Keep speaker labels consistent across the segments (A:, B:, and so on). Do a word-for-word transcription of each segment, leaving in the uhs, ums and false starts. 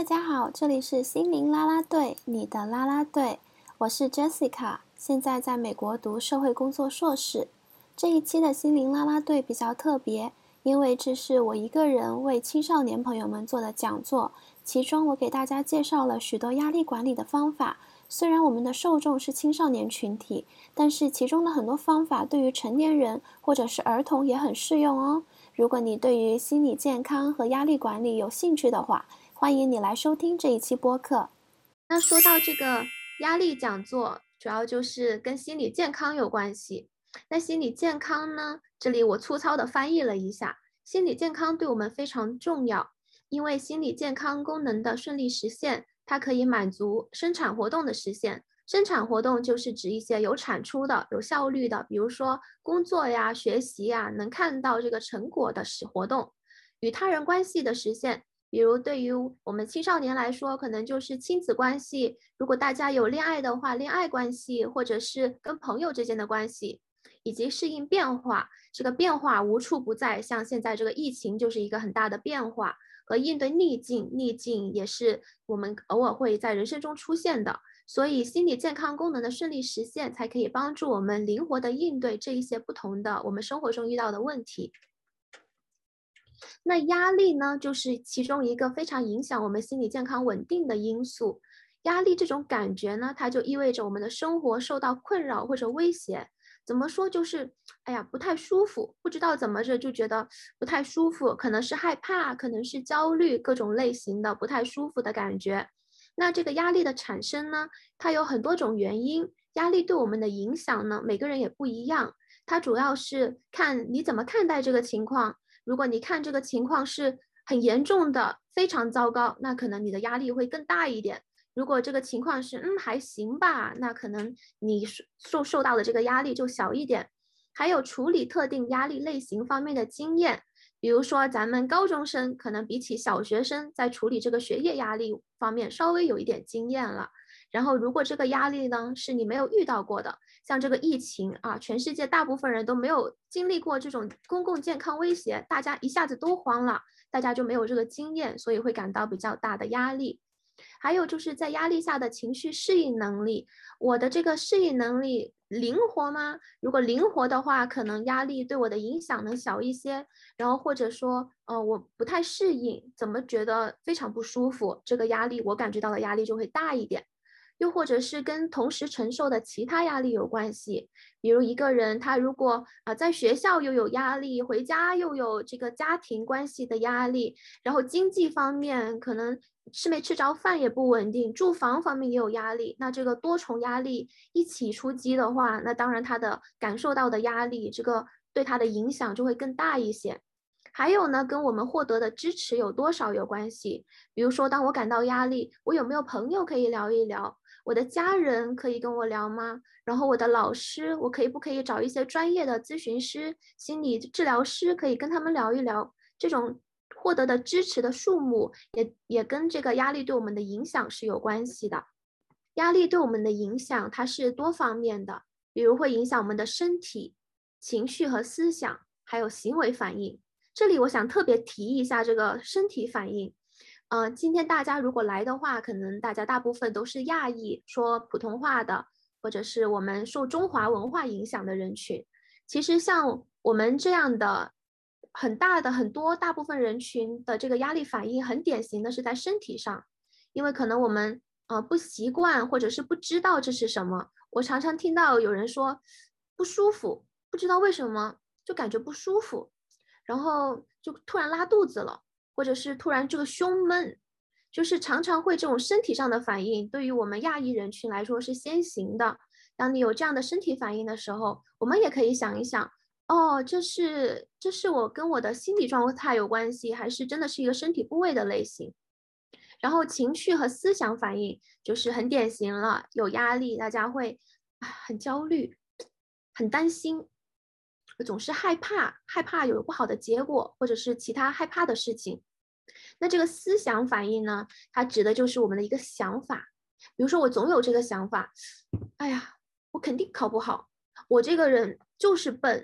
A: 大家好，这里是心灵啦啦队，你的啦啦队，我是 Jessica， 现在在美国读社会工作硕士。这一期的心灵啦啦队比较特别，因为这是我一个人为青少年朋友们做的讲座，其中我给大家介绍了许多压力管理的方法。虽然我们的受众是青少年群体，但是其中的很多方法对于成年人或者是儿童也很适用哦。如果你对于心理健康和压力管理有兴趣的话，欢迎你来收听这一期播客。那说到这个压力讲座，主要就是跟心理健康有关系。那心理健康呢，这里我粗糙的翻译了一下，心理健康对我们非常重要，因为心理健康功能的顺利实现，它可以满足生产活动的实现。生产活动就是指一些有产出的、有效率的，比如说工作呀、学习呀，能看到这个成果的活动。与他人关系的实现，比如对于我们青少年来说，可能就是亲子关系，如果大家有恋爱的话，恋爱关系，或者是跟朋友之间的关系，以及适应变化。这个变化无处不在，像现在这个疫情就是一个很大的变化，和应对逆境，逆境也是我们偶尔会在人生中出现的。所以心理健康功能的顺利实现，才可以帮助我们灵活的应对这一些不同的我们生活中遇到的问题。那压力呢，就是其中一个非常影响我们心理健康稳定的因素。压力这种感觉呢，它就意味着我们的生活受到困扰或者威胁。怎么说，就是哎呀不太舒服，不知道怎么着就觉得不太舒服，可能是害怕，可能是焦虑，各种类型的不太舒服的感觉。那这个压力的产生呢，它有很多种原因，压力对我们的影响呢，每个人也不一样。它主要是看你怎么看待这个情况。如果你看这个情况是很严重的，非常糟糕，那可能你的压力会更大一点。如果这个情况是嗯还行吧，那可能你受受到的这个压力就小一点。还有处理特定压力类型方面的经验，比如说咱们高中生可能比起小学生在处理这个学业压力方面稍微有一点经验了。然后如果这个压力呢是你没有遇到过的，像这个疫情啊，全世界大部分人都没有经历过这种公共健康威胁，大家一下子都慌了，大家就没有这个经验，所以会感到比较大的压力。还有就是在压力下的情绪适应能力，我的这个适应能力灵活吗？如果灵活的话，可能压力对我的影响能小一些。然后或者说，呃，我不太适应，怎么觉得非常不舒服，这个压力我感觉到的压力就会大一点。又或者是跟同时承受的其他压力有关系，比如一个人他如果呃在学校又有压力，回家又有这个家庭关系的压力，然后经济方面可能吃没吃着饭也不稳定，住房方面也有压力，那这个多重压力一起出击的话，那当然他的感受到的压力，这个对他的影响就会更大一些。还有呢，跟我们获得的支持有多少有关系。比如说，当我感到压力，我有没有朋友可以聊一聊？我的家人可以跟我聊吗？然后我的老师，我可以不可以找一些专业的咨询师、心理治疗师，可以跟他们聊一聊？这种获得的支持的数目也，也跟这个压力对我们的影响是有关系的。压力对我们的影响，它是多方面的，比如会影响我们的身体、情绪和思想，还有行为反应。这里我想特别提一下这个身体反应。呃，今天大家如果来的话，可能大家大部分都是亚裔，说普通话的，或者是我们受中华文化影响的人群。其实像我们这样的很大的很多大部分人群的这个压力反应，很典型的是在身体上，因为可能我们呃不习惯或者是不知道这是什么。我常常听到有人说不舒服，不知道为什么就感觉不舒服，然后就突然拉肚子了。或者是突然这个胸闷，就是常常会这种身体上的反应，对于我们亚裔人群来说是先行的。当你有这样的身体反应的时候，我们也可以想一想，哦，这是这是我跟我的心理状态有关系，还是真的是一个身体部位的类型？然后情绪和思想反应就是很典型了，有压力，大家会很焦虑，很担心，总是害怕，害怕有不好的结果，或者是其他害怕的事情。那这个思想反应呢，它指的就是我们的一个想法。比如说，我总有这个想法，哎呀，我肯定考不好，我这个人就是笨，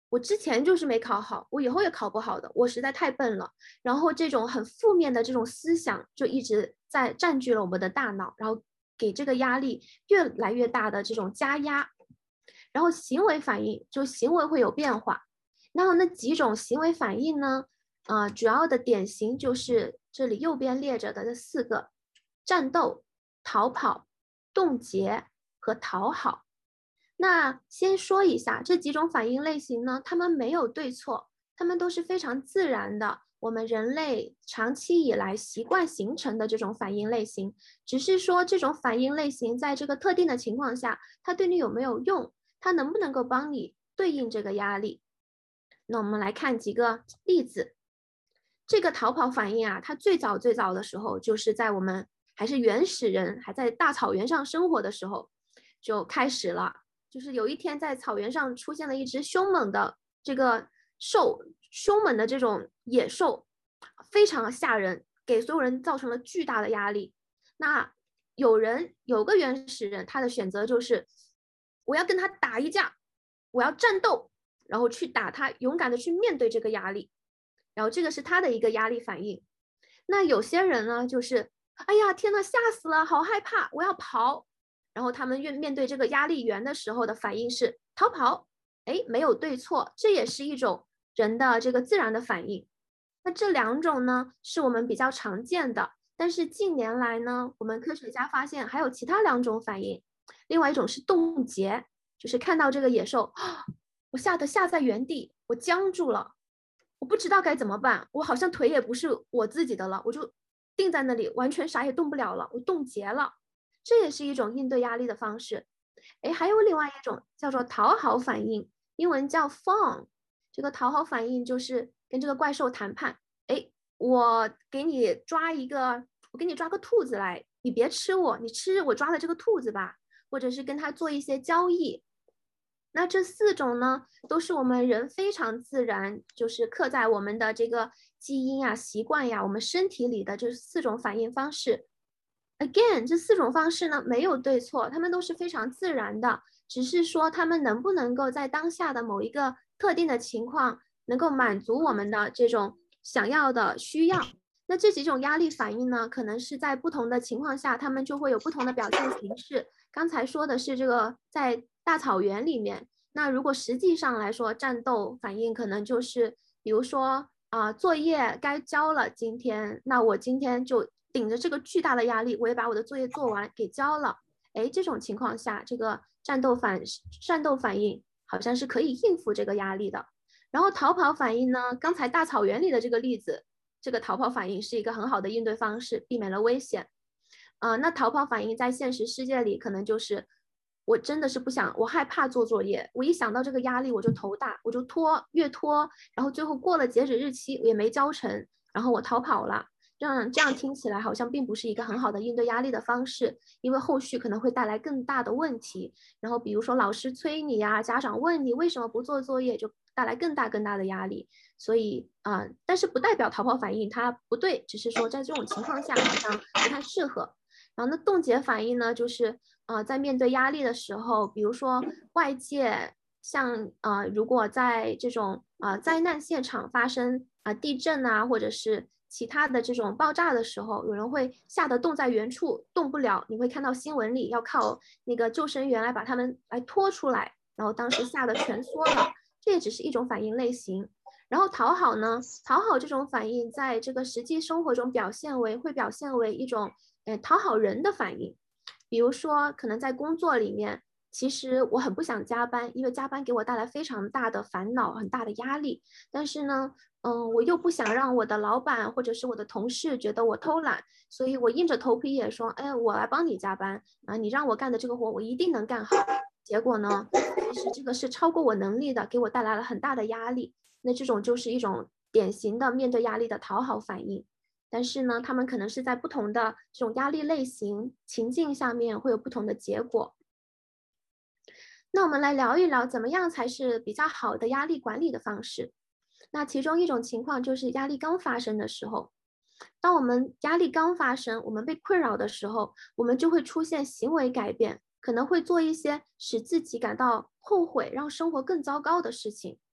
B: 我之前就是没考好，我以后也考不好的，我实在太笨了。然后这种很负面的这种思想就一直在占据了我们的大脑，然后给这个压力越来越大的这种加压，然后行为反应就行为会有变化。然后那几种行为反应呢，呃，主要的典型就是这里右边列着的这四个：战斗、逃跑、冻结和讨好。那先说一下这几种反应类型呢，它们没有对错，它们都是非常自然的，我们人类长期以来习惯形成的这种反应类型，只是说这种反应类型在这个特定的情况下，它对你有没有用，它能不能够帮你对应这个压力。那我们来看几个例子。这个逃跑反应啊，它最早最早的时候，就是在我们还是原始人，还在大草原上生活的时候就开始了。就是有一天在草原上出现了一只凶猛的这个兽，凶猛的这种野兽，非常吓人，给所有人造成了巨大的压力。那有人有个原始人，他的选择就是我要跟他打一架，我要战斗，然后去打他，勇敢的去面对这个压力。然后这个是他的一个压力反应。那有些人呢，就是哎呀天呐，吓死了，好害怕，我要跑。然后他们面面对这个压力源的时候的反应是逃跑。哎，没有对错，这也是一种人的这个自然的反应。那这两种呢，是我们比较常见的。但是近年来呢，我们科学家发现还有其他两种反应。另外一种是冻结，就是看到这个野兽，我吓得吓在原地，我僵住了，我不知道该怎么办，我好像腿也不是我自己的了，我就定在那里，完全啥也动不了了，我冻结了。这也是一种应对压力的方式。哎，还有另外一种叫做讨好反应，英文叫 fawn。这个讨好反应就是跟这个怪兽谈判。哎，我给你抓一个，我给你抓个兔子来，你别吃我，你吃我抓的这个兔子吧，或者是跟他做一些交易。那这四种呢，都是我们人非常自然，就是刻在我们的这个基因呀、习惯呀、我们身体里的这四种反应方式。Again，这四种方式呢，没有对错，它们都是非常自然的，只是说它们能不能够在当下的某一个特定的情况，能够满足我们的这种想要的需要。那这几种压力反应呢，可能是在不同的情况下，它们就会有不同的表现形式。刚才说的是这个在大草原里面，那如果实际上来说，战斗反应可能就是，比如说啊、呃，作业该交了，今天，那我今天就顶着这个巨大的压力，我也把我的作业做完，给交了。哎，这种情况下，这个战斗反战斗反应好像是可以应付这个压力的。然后逃跑反应呢，刚才大草原里的这个例子，这个逃跑反应是一个很好的应对方式，避免了危险。呃，那逃跑反应在现实世界里可能就是，我真的是不想，我害怕做作业，我一想到这个压力我就头大，我就拖，越拖，然后最后过了截止日期我也没交成，然后我逃跑了。这样这样听起来好像并不是一个很好的应对压力的方式，因为后续可能会带来更大的问题。然后比如说老师催你呀、啊，家长问你为什么不做作业，就带来更大更大的压力。所以啊、呃，但是不代表逃跑反应它不对，只是说在这种情况下好像不太适合。然后呢，冻结反应呢，就是呃，在面对压力的时候，比如说外界像呃，如果在这种呃灾难现场发生啊、呃、地震啊，或者是其他的这种爆炸的时候，有人会吓得冻在原处，动不了。你会看到新闻里要靠那个救生员来把他们来拖出来，然后当时吓得蜷缩了。这也只是一种反应类型。然后讨好呢，讨好这种反应在这个实际生活中表现为会表现为一种呃讨好人的反应。比如说可能在工作里面，其实我很不想加班，因为加班给我带来非常大的烦恼，很大的压力。但是呢，嗯，我又不想让我的老板或者是我的同事觉得我偷懒，所以我硬着头皮也说，哎，我来帮你加班啊，你让我干的这个活我一定能干好。结果呢，其实这个是超过我能力的，给我带来了很大的压力。那这种就是一种典型的面对压力的讨好反应。但是呢，他们可能是在不同的这种压力类型情境下面会有不同的结果。那我们来聊一聊，怎么样才是比较好的压力管理的方式。那其中一种情况就是压力刚发生的时候，当我们压力刚发生，我们被困扰的时候，我们就会出现行为改变，可能会做一些使自己感到后悔，让生活更糟糕的事情。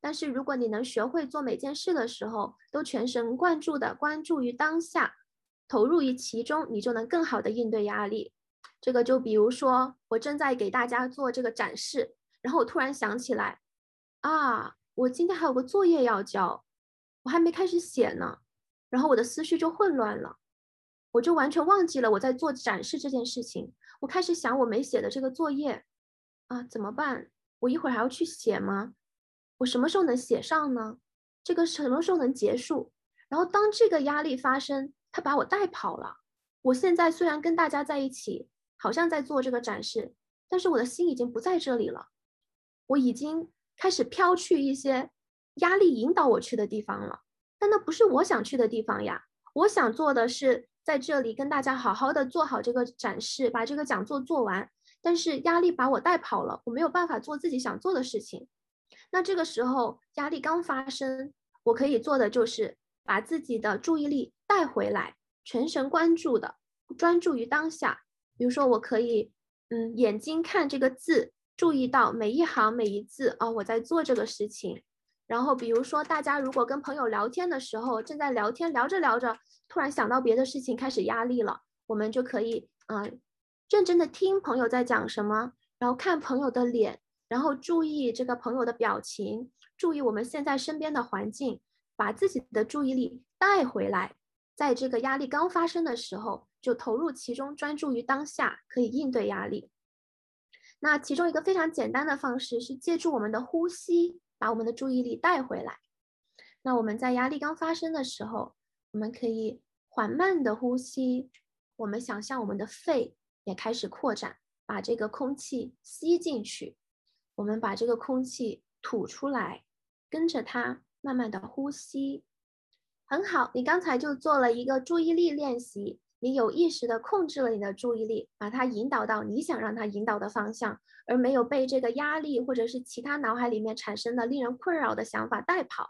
B: 但是如果你能学会做每件事的时候，都全神贯注的关注于当下，投入于其中，你就能更好的应对压力。这个就比如说，我正在给大家做这个展示，然后我突然想起来，啊，我今天还有个作业要交，我还没开始写呢，然后我的思绪就混乱了，我就完全忘记了我在做展示这件事情，我开始想我没写的这个作业，啊，怎么办？我一会儿还要去写吗？我什么时候能写上呢？这个什么时候能结束？然后当这个压力发生，它把我带跑了。我现在虽然跟大家在一起，好像在做这个展示，但是我的心已经不在这里了。我已经开始飘去一些压力引导我去的地方了，但那不是我想去的地方呀。我想做的是在这里跟大家好好的做好这个展示，把这个讲座做完。但是压力把我带跑了，我没有办法做自己想做的事情。那这个时候压力刚发生，我可以做的就是把自己的注意力带回来，全神贯注的专注于当下。比如说我可以嗯，眼睛看这个字，注意到每一行每一字哦，我在做这个事情。然后比如说大家如果跟朋友聊天的时候，正在聊天聊着聊着，突然想到别的事情，开始压力了，我们就可以嗯、呃，认真的听朋友在讲什么，然后看朋友的脸，然后注意这个朋友的表情，注意我们现在身边的环境，把自己的注意力带回来，在这个压力刚发生的时候，就投入其中，专注于当下，可以应对压力。那其中一个非常简单的方式是借助我们的呼吸，把我们的注意力带回来。那我们在压力刚发生的时候，我们可以缓慢的呼吸，我们想象我们的肺也开始扩展，把这个空气吸进去，我们把这个空气吐出来，跟着它慢慢的呼吸。很好，你刚才就做了一个注意力练习，你有意识的控制了你的注意力，把它引导到你想让它引导的方向，而没有被这个压力或者是其他脑海里面产生的令人困扰的想法带跑。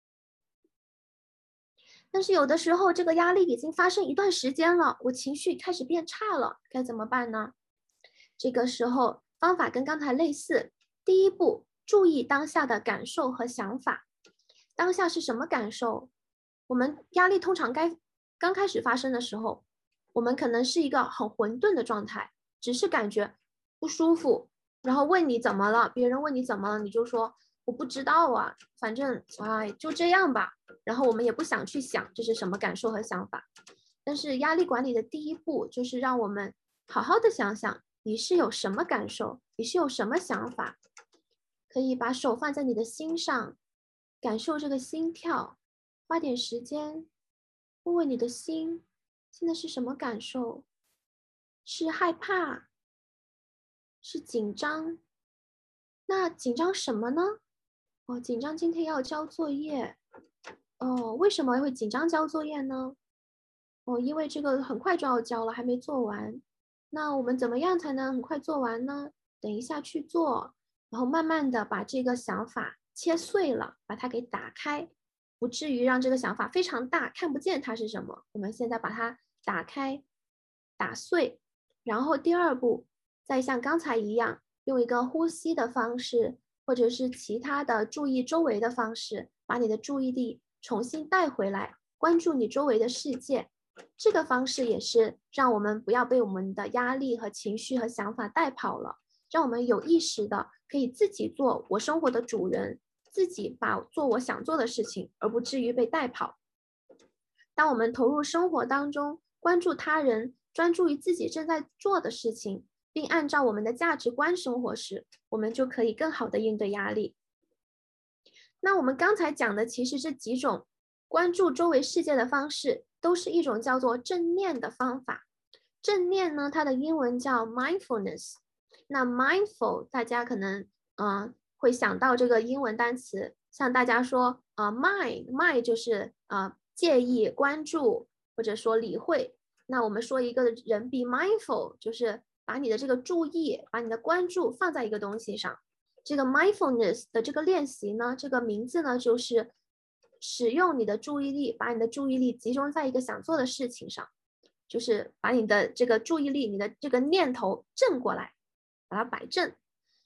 B: 但是有的时候这个压力已经发生一段时间了，我情绪开始变差了，该怎么办呢？这个时候方法跟刚才类似，第一步，注意当下的感受和想法。当下是什么感受？我们压力通常该刚开始发生的时候，我们可能是一个很混沌的状态，只是感觉不舒服，然后问你怎么了，别人问你怎么了，你就说我不知道啊，反正哎就这样吧，然后我们也不想去想这是什么感受和想法。但是压力管理的第一步就是让我们好好的想想你是有什么感受，你是有什么想法，可以把手放在你的心上，感受这个心跳，花点时间问问你的心现在是什么感受，是害怕，是紧张，那紧张什么呢？哦，紧张今天要交作业。哦，为什么会紧张交作业呢？哦，因为这个很快就要交了，还没做完。那我们怎么样才能很快做完呢？等一下去做，然后慢慢的把这个想法切碎了，把它给打开，不至于让这个想法非常大，看不见它是什么。我们现在把它打开，打碎，然后第二步，再像刚才一样，用一个呼吸的方式，或者是其他的注意周围的方式，把你的注意力重新带回来，关注你周围的世界。这个方式也是让我们不要被我们的压力和情绪和想法带跑了，让我们有意识的可以自己做我生活的主人，自己把做我想做的事情，而不至于被带跑。当我们投入生活当中，关注他人，专注于自己正在做的事情，并按照我们的价值观生活时，我们就可以更好的应对压力。那我们刚才讲的其实这几种关注周围世界的方式，都是一种叫做正念的方法。正念呢，它的英文叫 mindfulness。那 mindful 大家可能呃会想到这个英文单词，像大家说呃 mind mind 就是呃介意、关注或者说理会。那我们说一个人 be mindful，就是把你的这个注意、把你的关注放在一个东西上。这个 mindfulness 的这个练习呢，这个名字呢就是使用你的注意力，把你的注意力集中在一个想做的事情上，就是把你的这个注意力，你的这个念头正过来，把它摆正。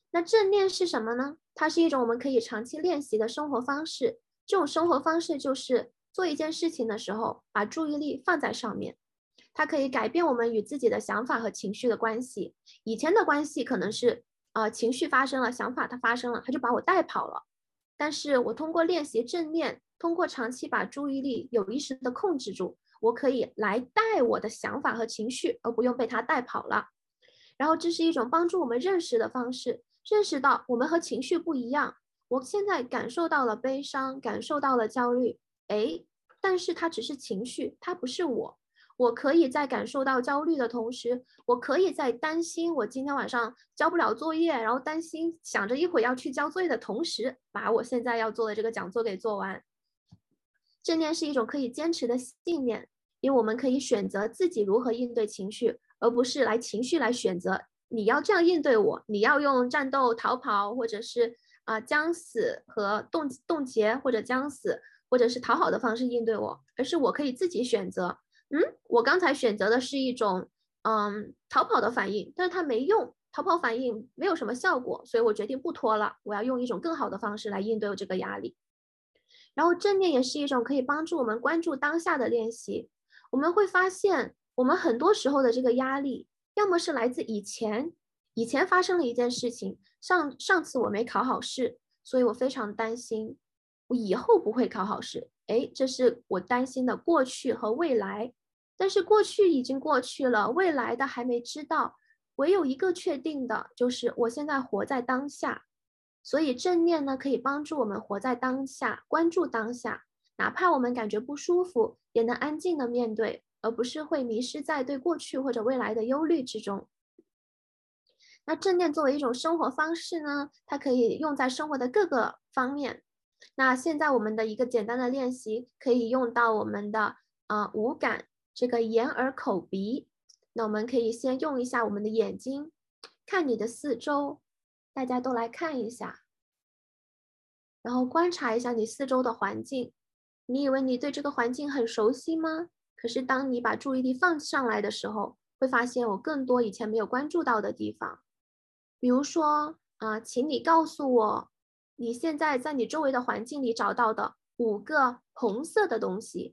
B: 那正念是什么呢？它是一种我们可以长期练习的生活方式。这种生活方式就是做一件事情的时候，把注意力放在上面。它可以改变我们与自己的想法和情绪的关系。以前的关系可能是，呃，情绪发生了，想法它发生了，它就把我带跑了。但是我通过练习正念，通过长期把注意力有意识的控制住，我可以来带我的想法和情绪，而不用被它带跑了。然后这是一种帮助我们认识的方式，认识到我们和情绪不一样。我现在感受到了悲伤，感受到了焦虑，诶，但是它只是情绪，它不是我。我可以在感受到焦虑的同时，我可以在担心我今天晚上交不了作业，然后担心想着一会儿要去交作业的同时，把我现在要做的这个讲座给做完。正念是一种可以坚持的信念，因为我们可以选择自己如何应对情绪，而不是来情绪来选择你要这样应对我，你要用战斗、逃跑，或者是啊、呃、将死和冻冻结，或者将死，或者是讨好的方式应对我，而是我可以自己选择。嗯，我刚才选择的是一种嗯逃跑的反应，但是它没用，逃跑反应没有什么效果，所以我决定不拖了，我要用一种更好的方式来应对这个压力。然后正念也是一种可以帮助我们关注当下的练习。我们会发现，我们很多时候的这个压力，要么是来自以前，以前发生了一件事情，上上次我没考好试，所以我非常担心，我以后不会考好试。诶，这是我担心的过去和未来。但是过去已经过去了，未来的还没知道。唯有一个确定的，就是我现在活在当下。所以正念呢，可以帮助我们活在当下，关注当下，哪怕我们感觉不舒服，也能安静的面对，而不是会迷失在对过去或者未来的忧虑之中。那正念作为一种生活方式呢，它可以用在生活的各个方面。那现在我们的一个简单的练习，可以用到我们的呃五感，这个眼耳口鼻。那我们可以先用一下我们的眼睛，看你的四周，大家都来看一下。然后观察一下你四周的环境，你以为你对这个环境很熟悉吗？可是当你把注意力放上来的时候，会发现有更多以前没有关注到的地方。比如说，啊、呃请你告诉我，你现在在你周围的环境里找到的五个红色的东西。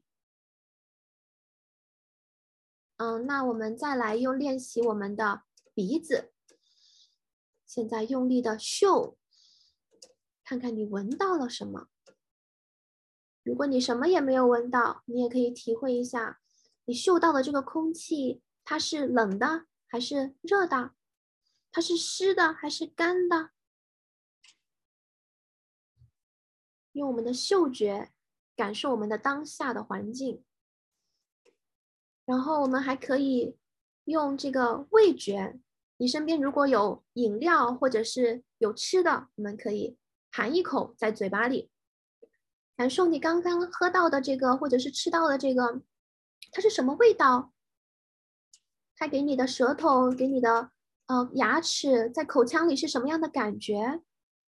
B: 嗯，那我们再来用练习我们的鼻子，现在用力的嗅，看看你闻到了什么。如果你什么也没有闻到，你也可以体会一下，你嗅到的这个空气，它是冷的还是热的？它是湿的还是干的？用我们的嗅觉感受我们的当下的环境，然后我们还可以用这个味觉。你身边如果有饮料或者是有吃的，我们可以含一口在嘴巴里，感受你刚刚喝到的这个或者是吃到的这个，它是什么味道？它给你的舌头，给你的呃牙齿在口腔里是什么样的感觉？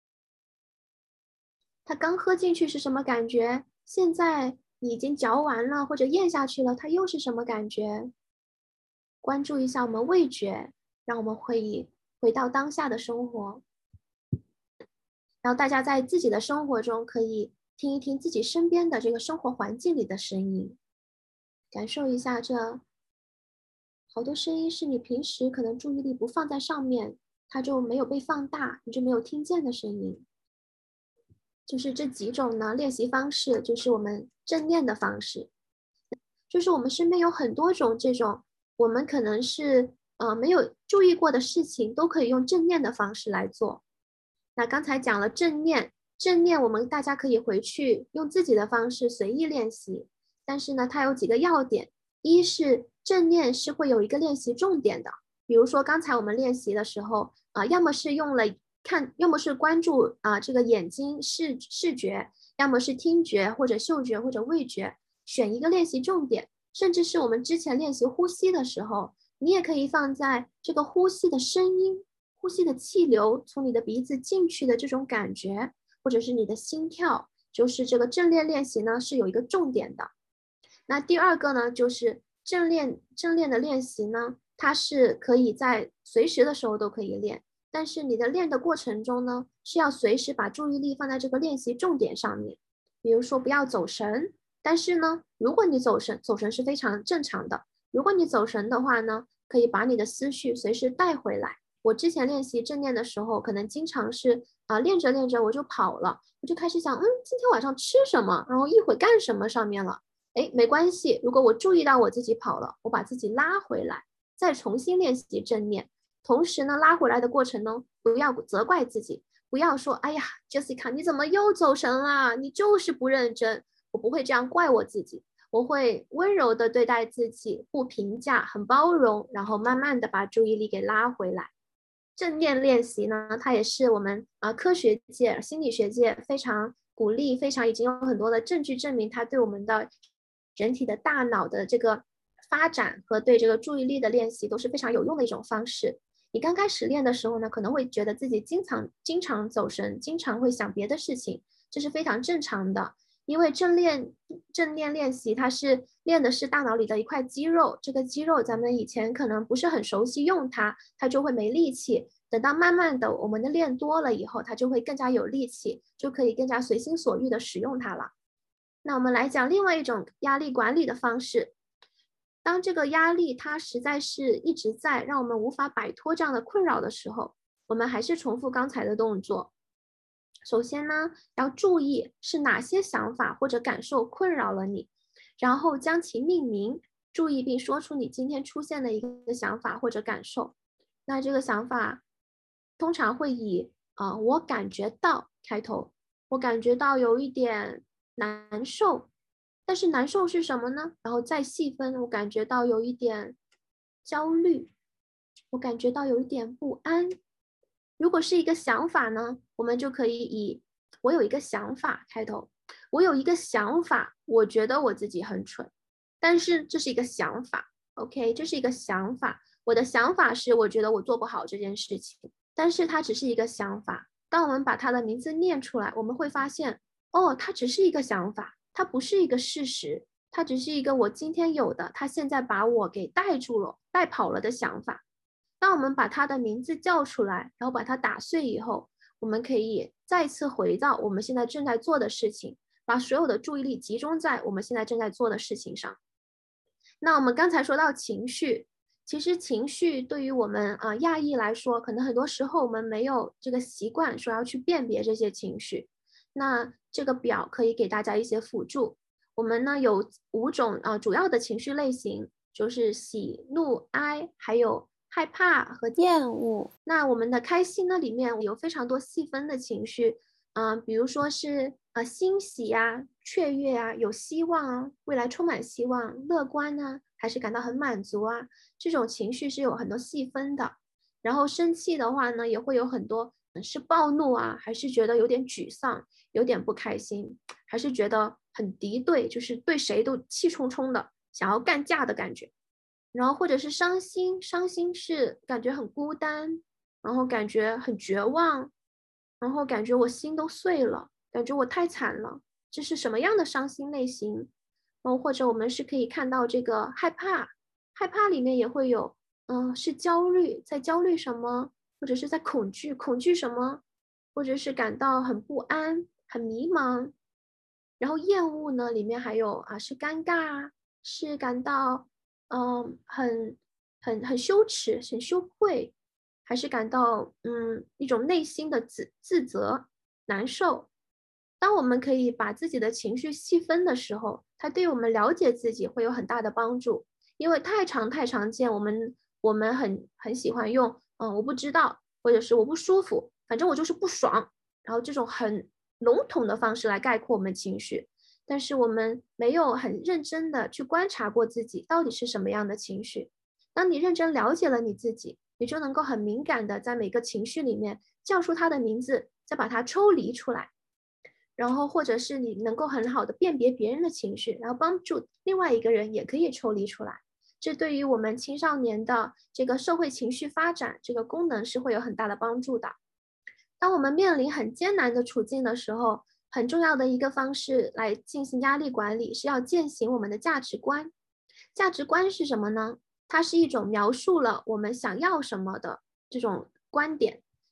B: 它刚喝进去是什么感觉？现在你已经嚼完了或者咽下去了，它又是什么感觉？关注一下我们味觉，让我们会以回到当下的生活。然后大家在自己的生活中可以听一听自己身边的这个生活环境里的声音，感受一下这好多声音是你平时可能注意力不放在上面，它就没有被放大，你就没有听见的声音。就是这几种呢练习方式，就是我们正念的方式。就是我们身边有很多种这种，我们可能是呃没有注意过的事情，都可以用正念的方式来做。那刚才讲了正念，正念我们大家可以回去用自己的方式随意练习，但是呢，它有几个要点：一是正念是会有一个练习重点的，比如说刚才我们练习的时候啊、呃，要么是用了看，要么是关注啊、呃、这个眼睛视视觉，要么是听觉或者嗅觉或者味觉，选一个练习重点，甚至是我们之前练习呼吸的时候，你也可以放在这个呼吸的声音。呼吸的气流从你的鼻子进去的这种感觉，或者是你的心跳，就是这个正念练习呢是有一个重点的。那第二个呢，就是正念正念的练习呢，它是可以在随时的时候都可以练。 但是你的练的过程中呢，是要随时把注意力放在这个练习重点上面。比如说不要走神，但是呢，如果你走神，走神是非常正常的。如果你走神的话呢，可以把你的思绪随时带回来。我之前练习正念的时候，可能经常是啊、呃、练着练着我就跑了，我就开始想，嗯，今天晚上吃什么，然后一会干什么上面了。哎，没关系，如果我注意到我自己跑了，我把自己拉回来，再重新练习正念。同时呢，拉回来的过程呢，不要责怪自己，不要说，哎呀 ，Jessica， 你怎么又走神了？你就是不认真。我不会这样怪我自己，我会温柔的对待自己，不评价，很包容，然后慢慢的把注意力给拉回来。正念练习呢，它也是我们啊、呃、科学界、心理学界非常鼓励、非常已经有很多的证据证明，它对我们的人体的大脑的这个发展和对这个注意力的练习都是非常有用的一种方式。你刚开始练的时候呢，可能会觉得自己经常经常走神，经常会想别的事情，这是非常正常的。因为正练正念练习，它是练的是大脑里的一块肌肉，这个肌肉咱们以前可能不是很熟悉用它，它就会没力气。等到慢慢的我们的练多了以后，它就会更加有力气，就可以更加随心所欲的使用它了。那我们来讲另外一种压力管理的方式。当这个压力它实在是一直在，让我们无法摆脱这样的困扰的时候，我们还是重复刚才的动作。首先呢，要注意是哪些想法或者感受困扰了你，然后将其命名，注意并说出你今天出现的一个想法或者感受。那这个想法通常会以啊、呃、我感觉到开头，我感觉到有一点难受，但是难受是什么呢？然后再细分，我感觉到有一点焦虑，我感觉到有一点不安。如果是一个想法呢，我们就可以以我有一个想法开头，我有一个想法，我觉得我自己很蠢，但是这是一个想法 ，OK， 这是一个想法。我的想法是我觉得我做不好这件事情，但是它只是一个想法。当我们把它的名字念出来，我们会发现，哦，它只是一个想法，它不是一个事实，它只是一个我今天有的，它现在把我给带住了、带跑了的想法。当我们把它的名字叫出来，然后把它打碎以后，我们可以再次回到我们现在正在做的事情，把所有的注意力集中在我们现在正在做的事情上。那我们刚才说到情绪，其实情绪对于我们啊、呃、亚裔来说，可能很多时候我们没有这个习惯说要去辨别这些情绪。那这个表可以给大家一些辅助。我们呢有五种啊、呃、主要的情绪类型，就是喜、怒、哀，还有害怕和
A: 厌恶。
B: 那我们的开心呢，里面有非常多细分的情绪，嗯、呃，比如说是呃欣喜呀、雀跃啊、有希望啊、未来充满希望、乐观啊，还是感到很满足啊，这种情绪是有很多细分的。然后生气的话呢，也会有很多，是暴怒啊，还是觉得有点沮丧、有点不开心，还是觉得很敌对，就是对谁都气冲冲的，想要干架的感觉。然后或者是伤心，伤心是感觉很孤单，然后感觉很绝望，然后感觉我心都碎了，感觉我太惨了，这是什么样的伤心类型？然后或者我们是可以看到这个害怕，害怕里面也会有，嗯、呃，是焦虑，在焦虑什么，或者是在恐惧，恐惧什么，或者是感到很不安、很迷茫。然后厌恶呢，里面还有啊，是尴尬，是感到嗯，很很很羞耻、很羞愧，还是感到嗯一种内心的自自责、难受。当我们可以把自己的情绪细分的时候，它对我们了解自己会有很大的帮助。因为太常太常见，我们我们很很喜欢用嗯我不知道，或者是我不舒服，反正我就是不爽，然后这种很笼统的方式来概括我们情绪。但是我们没有很认真的去观察过自己到底是什么样的情绪。当你认真了解了你自己，你就能够很敏感的在每个情绪里面叫出它的名字，再把它抽离出来。然后或者是你能够很好的辨别别人的情绪，然后帮助另外一个人也可以抽离出来。这对于我们青少年的这个社会情绪发展这个功能是会有很大的帮助的。当我们面临很艰难的处境的时候，很重要的一个方式来进行压力管理，是要践行我们的价值观。价值观是什么呢？它是一种描述了我们想要什么的这种观点。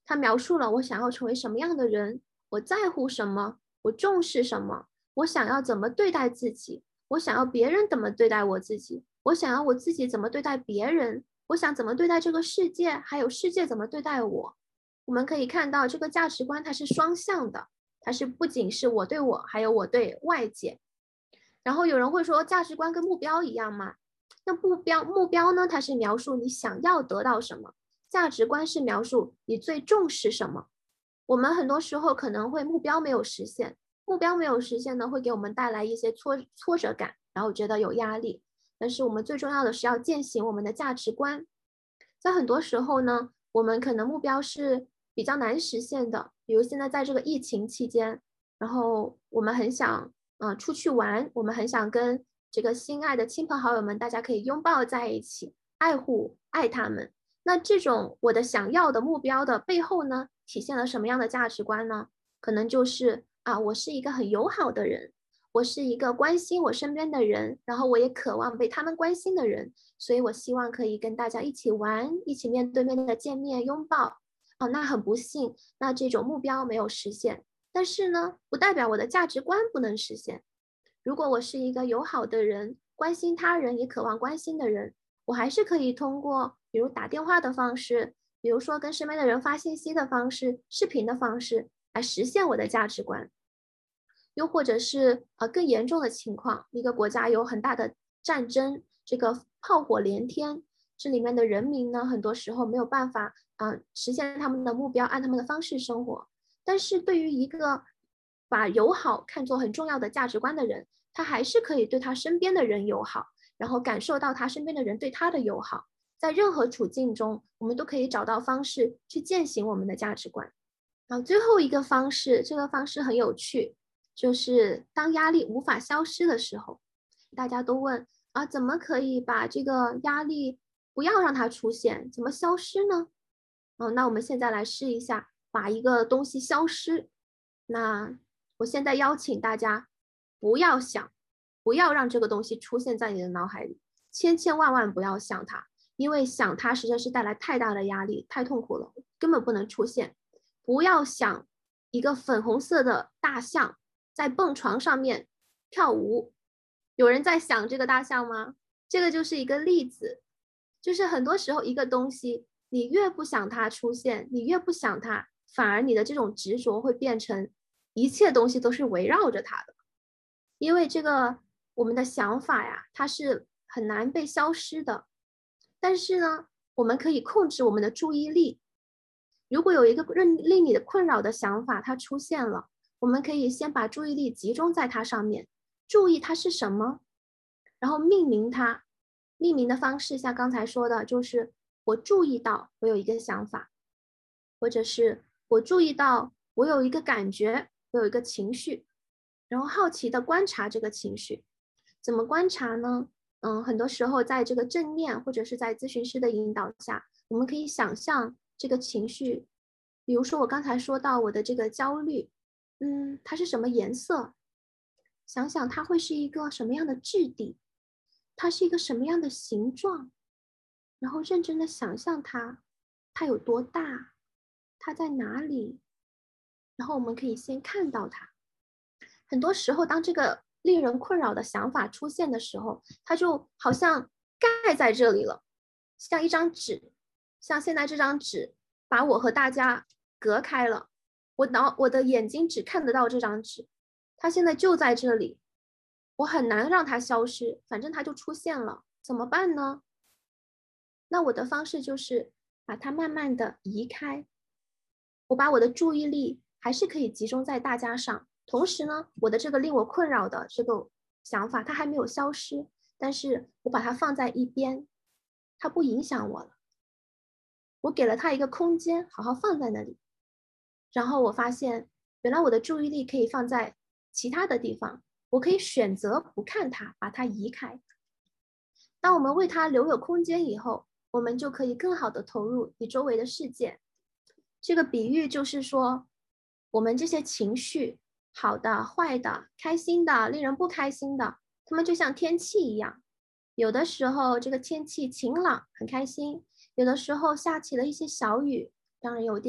B: 它描述了我想要成为什么样的人，我在乎什么，我重视什么，我想要怎么对待自己，我想要别人怎么对待我自己，我想要我自己怎么对待别人，我想怎么对待这个世界，还有世界怎么对待我。我们可以看到这个价值观它是双向的，它是不仅是我对我，还有我对外界。然后有人会说价值观跟目标一样吗？那目标目标呢，它是描述你想要得到什么，价值观是描述你最重视什么。我们很多时候可能会目标没有实现，目标没有实现呢，会给我们带来一些挫挫折感，然后觉得有压力。但是我们最重要的是要践行我们的价值观。在很多时候呢，我们可能目标是比较难实现的，比如现在在这个疫情期间，然后我们很想嗯、呃出去玩，我们很想跟这个心爱的亲朋好友们，大家可以拥抱在一起，爱护爱他们。那这种我的想要的目标的背后呢，体现了什么样的价值观呢？可能就是啊，我是一个很友好的人，我是一个关心我身边的人，然后我也渴望被他们关心的人，所以我希望可以跟大家一起玩，一起面对面的见面拥抱。哦，那很不幸，那这种目标没有实现，但是呢，不代表我的价值观不能实现。如果我是一个友好的人，关心他人也渴望关心的人，我还是可以通过比如打电话的方式，比如说跟身边的人发信息的方式、视频的方式来实现我的价值观。又或者是呃更严重的情况，一个国家有很大的战争，这个炮火连天，这里面的人民呢，很多时候没有办法啊、呃、实现他们的目标，按他们的方式生活。但是对于一个把友好看作很重要的价值观的人，他还是可以对他身边的人友好，然后感受到他身边的人对他的友好。在任何处境中，我们都可以找到方式去践行我们的价值观。然后最后一个方式，这个方式很有趣，就是当压力无法消失的时候，大家都问啊，怎么可以把这个压力不要让它出现，怎么消失呢？哦，那我们现在来试一下，把一个东西消失。那我现在邀请大家不要想，不要让这个东西出现在你的脑海里，千千万万不要想它，因为想它实在是带来太大的压力，太痛苦了，根本不能出现。不要想一个粉红色的大象在蹦床上面跳舞，有人在想这个大象吗？这个就是一个例子，就是很多时候一个东西，你越不想它出现，你越不想它，反而你的这种执着会变成一切东西都是围绕着它的。因为这个我们的想法呀，它是很难被消失的，但是呢，我们可以控制我们的注意力。如果有一个令令你的困扰的想法它出现了，我们可以先把注意力集中在它上面，注意它是什么，然后命名它。命名的方式像刚才说的，就是我注意到我有一个想法，或者是我注意到我有一个感觉，我有一个情绪，然后好奇的观察这个情绪。怎么观察呢？嗯，很多时候在这个正念或者是在咨询师的引导下，我们可以想象这个情绪，比如说我刚才说到我的这个焦虑，嗯，它是什么颜色？想想它会是一个什么样的质地？它是一个什么样的形状？然后认真的想象它，它有多大？它在哪里？然后我们可以先看到它。很多时候，当这个令人困扰的想法出现的时候，它就好像盖在这里了，像一张纸，像现在这张纸把我和大家隔开了，我脑我的眼睛只看得到这张纸，它现在就在这里，我很难让它消失，反正它就出现了，怎么办呢？那我的方式就是把它慢慢的移开，我把我的注意力还是可以集中在大家上。同时呢，我的这个令我困扰的这个想法，它还没有消失，但是我把它放在一边，它不影响我了。我给了它一个空间，好好放在那里。然后我发现，原来我的注意力可以放在其他的地方，我可以选择不看它，把它移开。当我们为它留有空间以后，我们就可以更好的投入你周围的世界。这个比喻就是说，我们这些情绪，好的、坏的、开心的、令人不开心的，它们就像天气一样。有的时候这个天气晴朗，很开心；有的时候下起了一些小雨，让人有点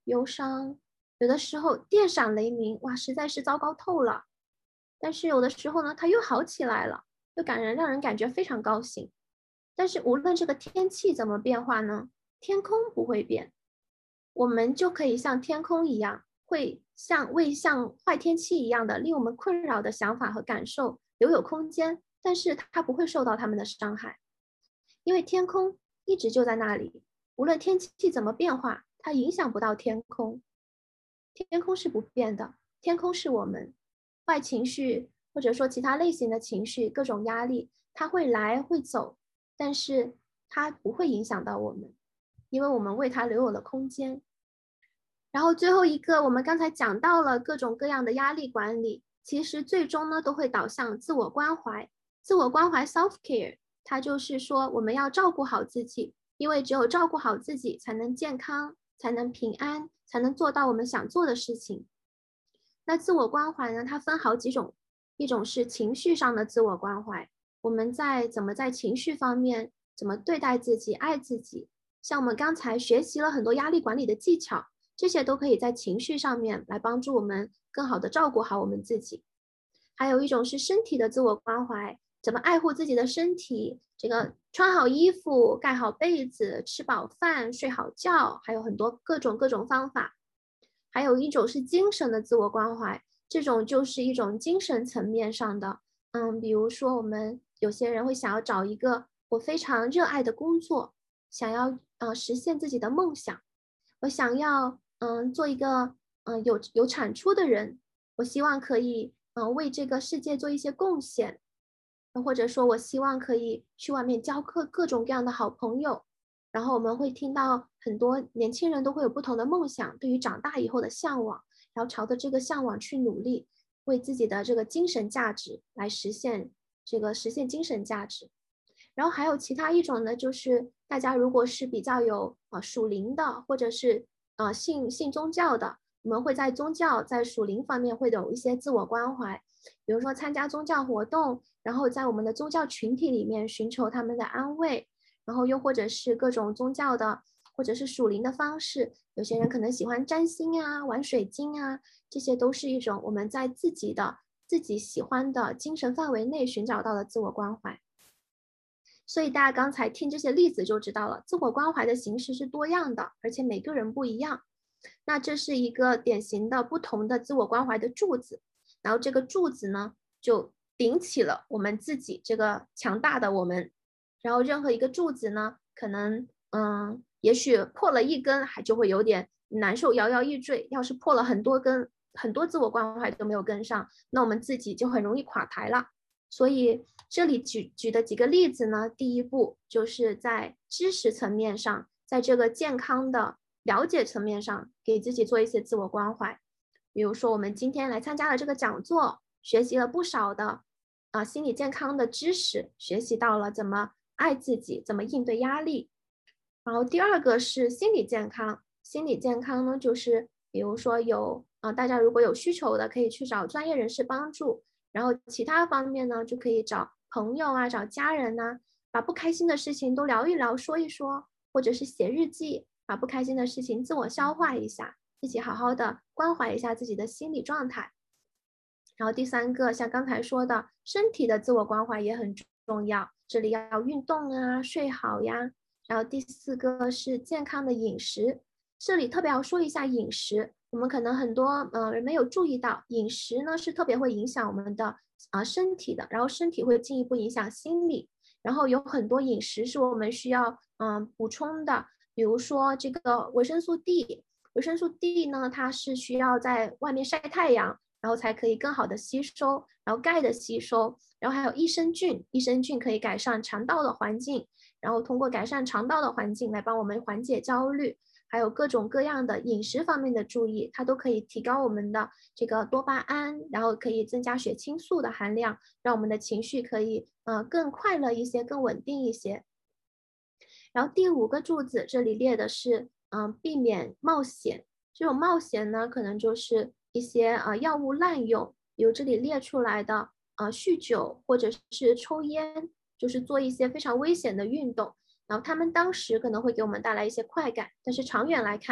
B: 忧伤，有的时候电闪雷鸣，哇，实在是糟糕透了。但是有的时候呢，它又好起来了，又感人，让人感觉非常高兴。但是无论这个天气怎么变化呢，天空不会变，我们就可以像天空一样，会像为像坏天气一样的令我们困扰的想法和感受留有空间，但是它不会受到他们的伤害，因为天空一直就在那里，无论天气怎么变化，它影响不到天空。天空是不变的，天空是我们。坏情绪或者说其他类型的情绪，各种压力，它会来会走，但是它不会影响到我们，因为我们为它留有了空间。然后最后一个，我们刚才讲到了各种各样的压力管理，其实最终呢都会导向自我关怀。自我关怀 self care， 它就是说我们要照顾好自己，因为只有照顾好自己，才能健康，才能平安，才能做到我们想做的事情。那自我关怀呢，它分好几种，一种是情绪上的自我关怀，我们在怎么在情绪方面怎么对待自己、爱自己，像我们刚才学习了很多压力管理的技巧，这些都可以在情绪上面来帮助我们更好的照顾好我们自己。还有一种是身体的自我关怀，怎么爱护自己的身体，这个穿好衣服、盖好被子、吃饱饭、睡好觉，还有很多各种各种方法。还有一种是精神的自我关怀，这种就是一种精神层面上的，嗯，比如说我们有些人会想要找一个我非常热爱的工作，想要呃实现自己的梦想，我想要嗯做一个嗯有有产出的人，我希望可以嗯为这个世界做一些贡献，或者说我希望可以去外面交各各种各样的好朋友。然后我们会听到很多年轻人都会有不同的梦想，对于长大以后的向往，然后朝着这个向往去努力，为自己的这个精神价值来实现这个实现精神价值。然后还有其他一种呢，就是大家如果是比较有呃属灵的，或者是呃信信宗教的，我们会在宗教在属灵方面会有一些自我关怀，比如说参加宗教活动，然后在我们的宗教群体里面寻求他们的安慰。然后又或者是各种宗教的，或者是属灵的方式，有些人可能喜欢占星啊、玩水晶啊，这些都是一种我们在自己的自己喜欢的精神范围内寻找到的自我关怀。所以大家刚才听这些例子就知道了，自我关怀的形式是多样的，而且每个人不一样。那这是一个典型的不同的自我关怀的柱子，然后这个柱子呢，就顶起了我们自己这个强大的我们。然后任何一个柱子呢，可能嗯，也许破了一根还就会有点难受，摇摇欲坠。要是破了很多根，很多自我关怀都没有跟上，那我们自己就很容易垮台了。所以这里举举的几个例子呢，第一步就是在知识层面上，在这个健康的了解层面上，给自己做一些自我关怀。比如说我们今天来参加了这个讲座，学习了不少的啊、呃、心理健康的知识，学习到了怎么爱自己，怎么应对压力。然后第二个是心理健康，心理健康呢，就是比如说有啊、呃，大家如果有需求的，可以去找专业人士帮助。然后其他方面呢，就可以找朋友啊，找家人呐、啊，把不开心的事情都聊一聊，说一说，或者是写日记，把不开心的事情自我消化一下，自己好好的关怀一下自己的心理状态。然后第三个，像刚才说的，身体的自我关怀也很重要，这里要运动啊，睡好呀。然后第四个是健康的饮食，这里特别要说一下饮食，我们可能很多呃人没有注意到，饮食呢是特别会影响我们的啊、呃、身体的，然后身体会进一步影响心理，然后有很多饮食是我们需要嗯、呃、补充的，比如说这个维生素 D， 维生素 D 呢它是需要在外面晒太阳，然后才可以更好的吸收，然后钙的吸收，然后还有益生菌，益生菌可以改善肠道的环境，然后通过改善肠道的环境来帮我们缓解焦虑，还有各种各样的饮食方面的注意，它都可以提高我们的这个多巴胺，然后可以增加血清素的含量，让我们的情绪可以呃更快乐一些，更稳定一些。然后第五个柱子这里列的是嗯、呃、避免冒险，这种冒险呢可能就是一些呃药物滥用，比如这里列出来的呃酗酒或者是抽烟，就是做一些非常危险的运动，然后他们当时可能会给我们带来一些快感，但是长远来看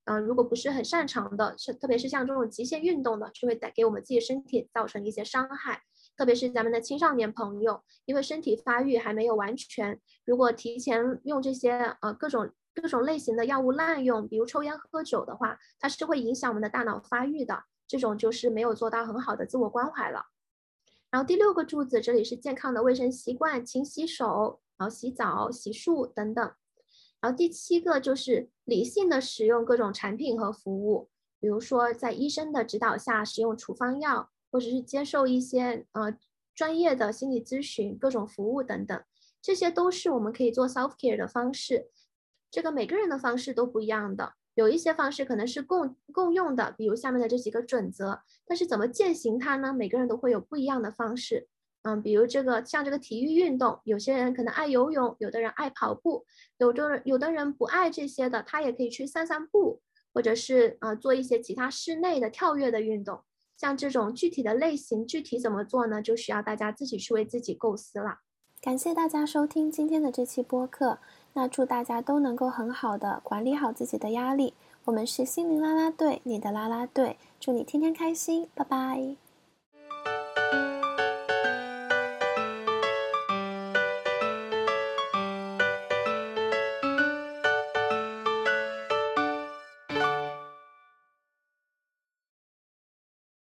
B: 呃，如果不是很擅长的，是特别是像这种极限运动的，就会带给我们自己身体造成一些伤害。特别是咱们的青少年朋友，因为身体发育还没有完全，如果提前用这些呃各种各种类型的药物滥用，比如抽烟喝酒的话，它是会影响我们的大脑发育的，这种就是没有做到很好的自我关怀了。然后第六个柱子，这里是健康的卫生习惯，勤洗手，然后洗澡、洗漱等等。然后第七个就是理性的使用各种产品和服务，比如说在医生的指导下使用处方药，或者是接受一些呃专业的心理咨询、各种服务等等，这些都是我们可以做 self care 的方式。这个每个人的方式都不一样的，有一些方式可能是共共用的，比如下面的这几个准则，但是怎么践行它呢？每个人都会有不一样的方式。嗯，比如这个像这个体育运动，有些人可能爱游泳，有的人爱跑步，有的人有的人不爱这些的，他也可以去散散步，或者是呃做一些其他室内的跳跃的运动。像这种具体的类型，具体怎么做呢？就需要大家自己去为自己构思了。
A: 感谢大家收听今天的这期播客，那祝大家都能够很好的管理好自己的压力。我们是心灵啦啦队，你的啦啦队，祝你天天开心，拜拜。